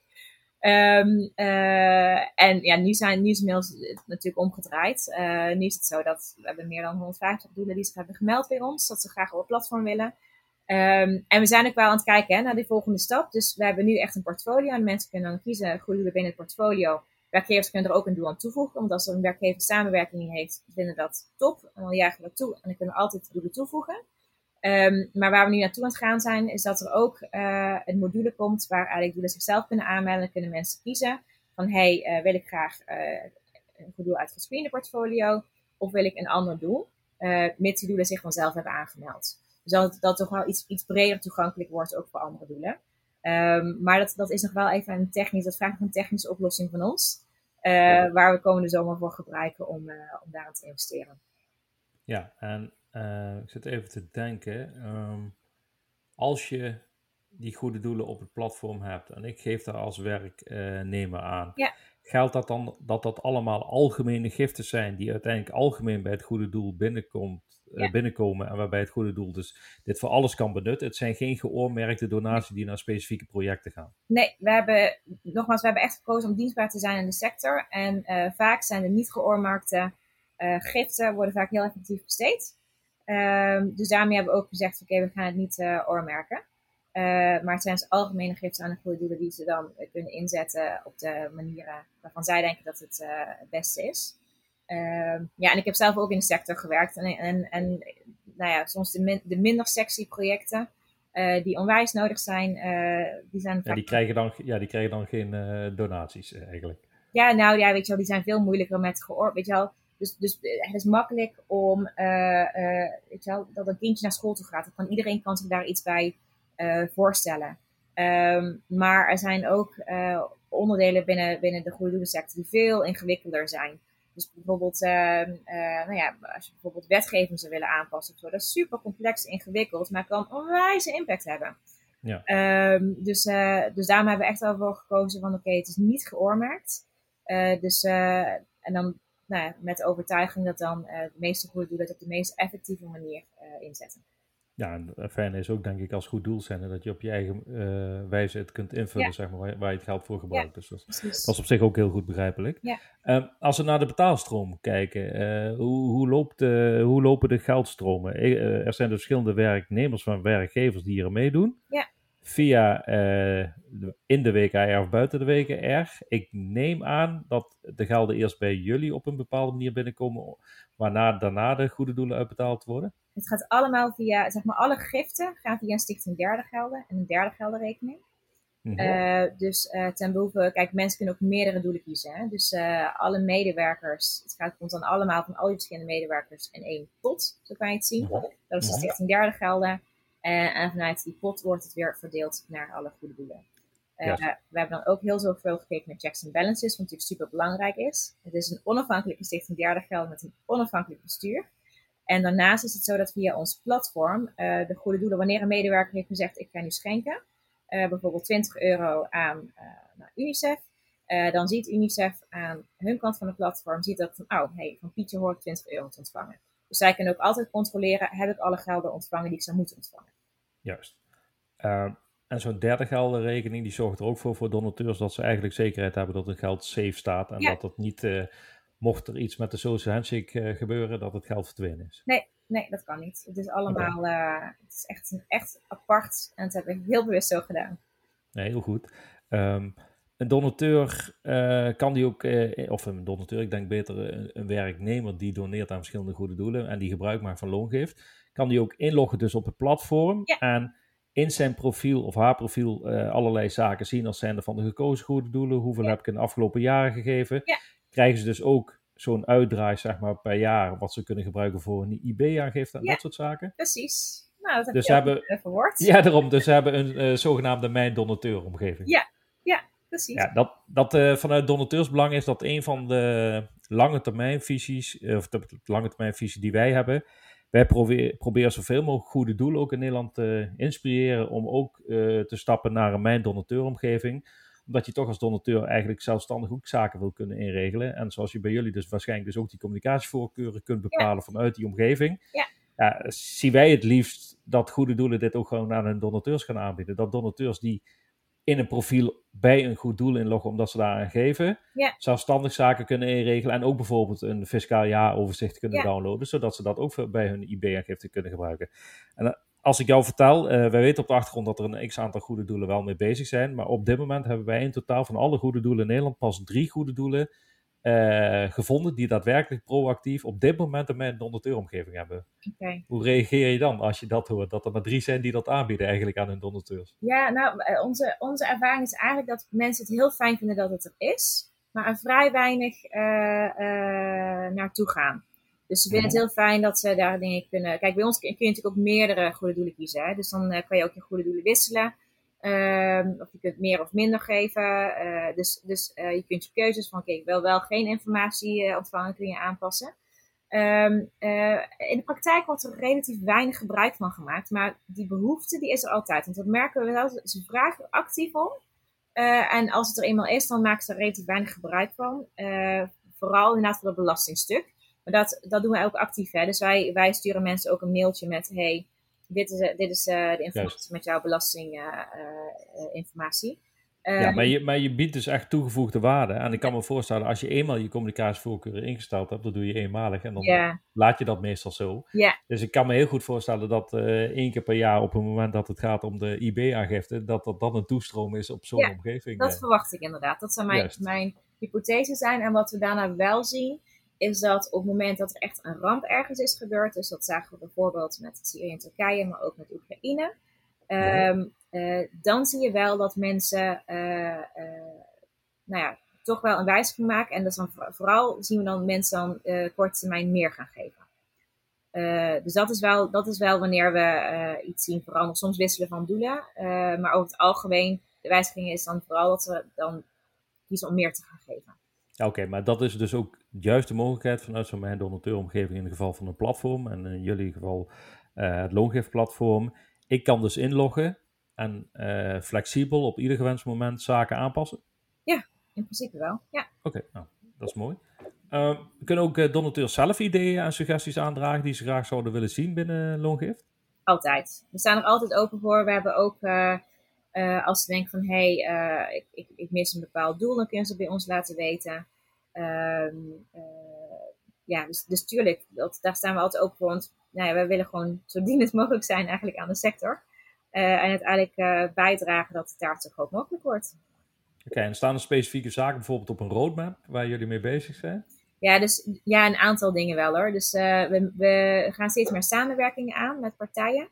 En ja, nu is inmiddels natuurlijk omgedraaid. Nu is het zo dat we hebben meer dan 150 doelen die zich hebben gemeld bij ons. Dat ze graag op het platform willen. En we zijn ook wel aan het kijken naar die volgende stap. Dus we hebben nu echt een portfolio. En mensen kunnen dan kiezen, goede doelen binnen het portfolio. Werkgevers kunnen er ook een doel aan toevoegen. Want als er een werkgever samenwerking heeft, vinden we dat top. En dan juichen we dat toe. En dan kunnen we altijd doelen toevoegen. Maar waar we nu naartoe aan het gaan zijn, is dat er ook een module komt waar eigenlijk doelen zichzelf kunnen aanmelden. Dan kunnen mensen kiezen van, wil ik graag een goed doel uit het gescreende portfolio of wil ik een ander doel, mits die doelen zich vanzelf hebben aangemeld. Dus dat toch wel iets breder toegankelijk wordt ook voor andere doelen. Maar dat is nog wel even dat vraagt nog een technische oplossing van ons, waar we komende zomer voor gebruiken om daarin te investeren. Ja, en ik zit even te denken, als je die goede doelen op het platform hebt en ik geef daar als werknemer aan, geldt dat dan dat allemaal algemene giften zijn die uiteindelijk algemeen bij het goede doel binnenkomen en waarbij het goede doel dus dit voor alles kan benutten? Het zijn geen geoormerkte donaties die naar specifieke projecten gaan. Nee, we hebben echt gekozen om dienstbaar te zijn in de sector en vaak zijn de niet geoormerkte giften worden vaak heel effectief besteed. Dus daarmee hebben we ook gezegd, we gaan het niet oormerken. Maar het zijn dus algemene giften aan de goede doelen die ze dan kunnen inzetten op de manieren waarvan zij denken dat het beste is. En ik heb zelf ook in de sector gewerkt. En soms de minder sexy projecten die onwijs nodig zijn, die zijn vaak... Die krijgen dan geen donaties eigenlijk. Ja, weet je wel, die zijn veel moeilijker met weet je wel. Dus het is makkelijk om, weet je wel, dat een kindje naar school toe gaat. Iedereen kan zich daar iets bij voorstellen. Maar er zijn ook onderdelen binnen de goede doelensector die veel ingewikkelder zijn. Dus bijvoorbeeld, als je bijvoorbeeld wetgeving zou willen aanpassen, dat is super complex ingewikkeld, maar kan onwijze impact hebben. Ja. Dus daarom hebben we echt wel voor gekozen van het is niet geoormerkt. En dan met de overtuiging dat dan de meeste goede doelen het op de meest effectieve manier inzetten. Ja, en het fijne is ook, denk ik, als goed doelzender dat je op je eigen wijze het kunt invullen, Ja, zeg maar, waar je het geld voor ja, gebruikt. Dus dat is precies. op zich ook heel goed begrijpelijk. Ja. Als we naar de betaalstroom kijken, hoe lopen de geldstromen? Er zijn dus verschillende werknemers van werkgevers die hier meedoen. Ja. Via in de WKR of buiten de WKR. Ik neem aan dat de gelden eerst bij jullie op een bepaalde manier binnenkomen, waarna daarna de goede doelen uitbetaald worden. Het gaat allemaal via, zeg maar, alle giften gaan via een stichting derde gelden en een derde geldenrekening. Dus ten behoeve, kijk, mensen kunnen ook meerdere doelen kiezen. Hè? Dus alle medewerkers, komt dan allemaal van al die verschillende medewerkers in één pot, zo kan je het zien. Dat is de stichting derde gelden. En vanuit die pot wordt het weer verdeeld naar alle goede doelen. We hebben dan ook heel zorgvuldig gekeken naar checks en balances, wat natuurlijk super belangrijk is. Het is een onafhankelijke stichting derde gelden met een onafhankelijk bestuur. En daarnaast is het zo dat via ons platform de goede doelen, wanneer een medewerker heeft gezegd ik ga nu schenken, bijvoorbeeld €20 aan UNICEF, dan ziet UNICEF aan hun kant van het platform, ziet dat van Pietje hoor ik €20 te ontvangen. Dus zij kunnen ook altijd controleren, heb ik alle gelden ontvangen die ik zou moeten ontvangen. Juist. En zo'n derde geldenrekening die zorgt er ook voor donateurs dat ze eigenlijk zekerheid hebben dat het geld safe staat en dat het niet, mocht er iets met de social handshake gebeuren, dat het geld verdwenen is. Nee, dat kan niet. Het is allemaal, het is echt apart en dat hebben we heel bewust zo gedaan. Nee, heel goed. Een donateur kan die ook, of een donateur, ik denk beter een werknemer die doneert aan verschillende goede doelen en die gebruik maakt van loongift, kan die ook inloggen dus op het platform en in zijn profiel of haar profiel allerlei zaken zien als zijnde van de gekozen goede doelen, hoeveel heb ik in de afgelopen jaren gegeven. Krijgen ze dus ook zo'n uitdraai, zeg maar, per jaar, wat ze kunnen gebruiken voor een IB-aangifte en dat soort zaken. Precies. Nou, dat heb Dus je ook verwoord. Ja, daarom. Dus ze hebben een zogenaamde mijn donateur-omgeving. Ja, precies. Ja, dat vanuit donateursbelang is dat een van de lange termijn visies, of de lange termijn visie die wij hebben. Wij proberen zoveel mogelijk goede doelen ook in Nederland te inspireren om ook te stappen naar een mijn donateur-omgeving. Omdat je toch als donateur eigenlijk zelfstandig ook zaken wil kunnen inregelen. En zoals je bij jullie dus waarschijnlijk dus ook die communicatievoorkeuren kunt bepalen vanuit die omgeving. Zien wij het liefst dat goede doelen dit ook gewoon aan hun donateurs gaan aanbieden. Dat donateurs die in een profiel bij een goed doel inloggen omdat ze daar aan geven, zelfstandig zaken kunnen inregelen en ook bijvoorbeeld een fiscaal jaaroverzicht kunnen downloaden, zodat ze dat ook bij hun IB-aangifte kunnen gebruiken. En als ik jou vertel, wij weten op de achtergrond dat er een x-aantal goede doelen wel mee bezig zijn, maar op dit moment hebben wij in totaal van alle goede doelen in Nederland pas 3 goede doelen gevonden die daadwerkelijk proactief op dit moment een donateuromgeving hebben. Hoe reageer je dan als je dat hoort? Dat er maar 3 zijn die dat aanbieden eigenlijk aan hun donateurs. Ja, nou, onze ervaring is eigenlijk dat mensen het heel fijn vinden dat het er is, maar er vrij weinig naartoe gaan. Dus ze vinden het heel fijn dat ze daar dingen kunnen. Kijk, bij ons kun je natuurlijk ook meerdere goede doelen kiezen. Hè? Dus dan kan je ook je goede doelen wisselen. Of je kunt meer of minder geven. Dus je kunt je keuzes van, ik wil wel geen informatie ontvangen, kun je aanpassen. In de praktijk wordt er relatief weinig gebruik van gemaakt, maar die behoefte die is er altijd. Want dat merken we wel, ze vragen er actief om. En als het er eenmaal is, dan maken ze er relatief weinig gebruik van. Vooral inderdaad voor het belastingstuk. Maar dat doen wij ook actief. Hè? Dus wij sturen mensen ook een mailtje met, hey, dit is de informatie met jouw belastinginformatie. Maar je biedt dus echt toegevoegde waarde. En ik kan me voorstellen, als je eenmaal je communicatievoorkeuren ingesteld hebt, dat doe je eenmalig en dan laat je dat meestal zo. Dus ik kan me heel goed voorstellen dat 1 keer per jaar op het moment dat het gaat om de IB-aangifte, dat dan een toestroom is op zo'n omgeving. Dat verwacht ik inderdaad. Dat zou mijn hypothese zijn. En wat we daarna wel zien, is dat op het moment dat er echt een ramp ergens is gebeurd, dus dat zagen we bijvoorbeeld met Syrië en Turkije, maar ook met Oekraïne, dan zie je wel dat mensen toch wel een wijziging maken. En dus dan vooral zien we dan mensen dan korte termijn meer gaan geven. Dus dat is wel wanneer we iets zien veranderen. Soms wisselen van doelen. Maar over het algemeen, de wijziging is dan vooral dat we dan kiezen om meer te gaan geven. Oké, maar dat is dus ook juist de mogelijkheid vanuit zo'n mijn donateuromgeving in het geval van een platform. En in jullie geval het loongiftplatform. Ik kan dus inloggen en flexibel op ieder gewenst moment zaken aanpassen? Ja, in principe wel, ja. Oké, nou, dat is mooi. Kunnen ook donateurs zelf ideeën en suggesties aandragen die ze graag zouden willen zien binnen loongift? Altijd. We staan er altijd open voor. We hebben ook, als ze denken van, ik mis een bepaald doel, dan kunnen ze bij ons laten weten. Ja, dus tuurlijk, daar staan we altijd open voor. Want wij willen gewoon zo dienend mogelijk zijn eigenlijk aan de sector. En uiteindelijk bijdragen dat de taart zo groot mogelijk wordt. Oké, en staan er specifieke zaken bijvoorbeeld op een roadmap waar jullie mee bezig zijn? Ja, een aantal dingen wel hoor. Dus we gaan steeds meer samenwerkingen aan met partijen.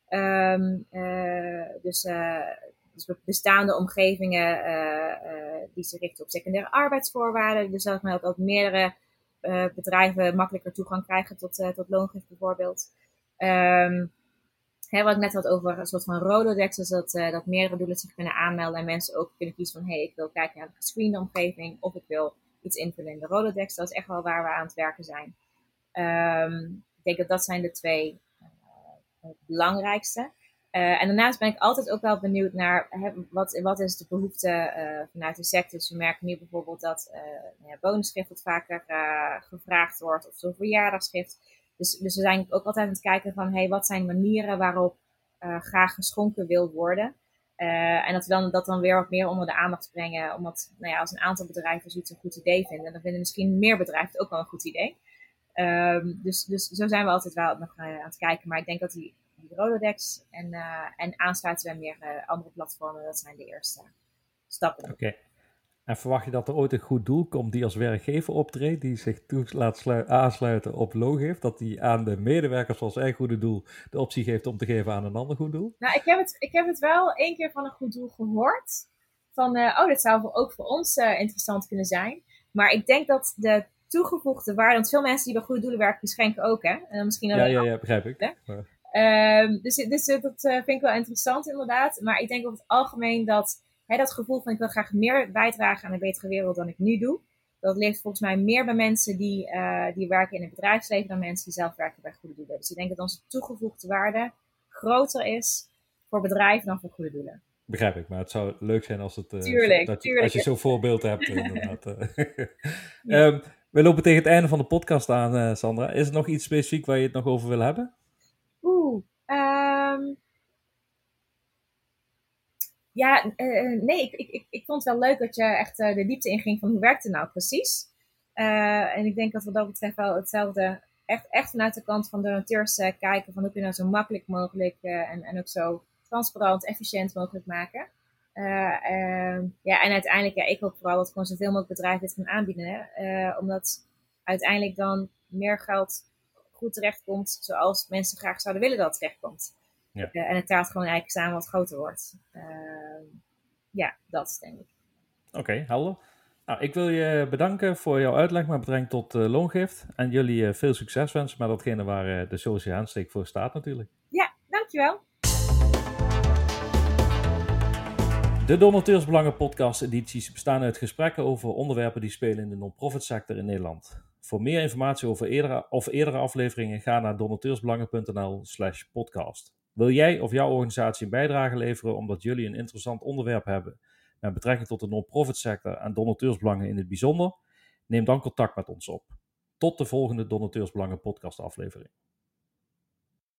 Dus bestaande omgevingen die zich richten op secundaire arbeidsvoorwaarden. Dus dat meerdere bedrijven makkelijker toegang krijgen tot loongift bijvoorbeeld. Wat ik net had over een soort van Rolodex, dus dat meerdere doelen zich kunnen aanmelden en mensen ook kunnen kiezen van ik wil kijken naar een gescreende omgeving of ik wil iets invullen in de Rolodex. Dat is echt wel waar we aan het werken zijn. Ik denk dat zijn de twee belangrijkste. En daarnaast ben ik altijd ook wel benieuwd naar wat is de behoefte vanuit de sector. Dus we merken nu bijvoorbeeld dat bonusschrift wat vaker gevraagd wordt of zo'n verjaardagsschrift. Dus we zijn ook altijd aan het kijken van wat zijn manieren waarop graag geschonken wil worden. En dat we dat dan weer wat meer onder de aandacht brengen. Omdat als een aantal bedrijven zoiets een goed idee vinden, dan vinden misschien meer bedrijven het ook wel een goed idee. Dus zo zijn we altijd wel nog aan het kijken. Maar ik denk dat die Rolodex en aansluiten bij meer andere platformen, dat zijn de eerste stappen. Oké. En verwacht je dat er ooit een goed doel komt die als werkgever optreedt, die zich laat aansluiten op loongift, dat die aan de medewerkers van zijn goede doel de optie geeft om te geven aan een ander goed doel? Nou, ik heb het wel 1 keer van een goed doel gehoord. Van, dit zou ook voor ons interessant kunnen zijn. Maar ik denk dat de toegevoegde waarde, want veel mensen die bij goede doelen werken, die schenken ook, hè? En misschien ja, begrijp ik. Dus dat vind ik wel interessant inderdaad. Maar ik denk over het algemeen dat dat gevoel van ik wil graag meer bijdragen aan een betere wereld dan ik nu doe. Dat leeft volgens mij meer bij mensen die werken in het bedrijfsleven dan mensen die zelf werken bij goede doelen. Dus ik denk dat onze toegevoegde waarde groter is voor bedrijven dan voor goede doelen. Begrijp ik, maar het zou leuk zijn als het Tuurlijk. als je zo'n voorbeeld hebt. Inderdaad. Ja. We lopen tegen het einde van de podcast aan, Sandra. Is er nog iets specifiek waar je het nog over wil hebben? Nee, ik vond het wel leuk dat je echt de diepte inging van hoe werkt het nou precies. En ik denk dat we dat betreft wel hetzelfde, echt vanuit de kant van donateurs kijken van hoe kun je nou zo makkelijk mogelijk en ook zo transparant, efficiënt mogelijk maken. En uiteindelijk, ik hoop vooral dat gewoon zoveel mogelijk bedrijven dit gaan aanbieden. Omdat uiteindelijk dan meer geld goed terechtkomt zoals mensen graag zouden willen dat het terechtkomt. Ja. En het taart gewoon eigenlijk samen wat groter wordt. Dat is denk ik. Oké, helder. Nou, ik wil je bedanken voor jouw uitleg met betrekking tot loongift. En jullie veel succes wensen met datgene waar de sociale aansteek voor staat natuurlijk. Ja, dankjewel. De Donateursbelangen podcast edities bestaan uit gesprekken over onderwerpen die spelen in de non-profit sector in Nederland. Voor meer informatie over eerdere afleveringen ga naar donateursbelangen.nl/podcast. Wil jij of jouw organisatie een bijdrage leveren omdat jullie een interessant onderwerp hebben met betrekking tot de non-profit sector en donateursbelangen in het bijzonder? Neem dan contact met ons op. Tot de volgende Donateursbelangen podcast aflevering.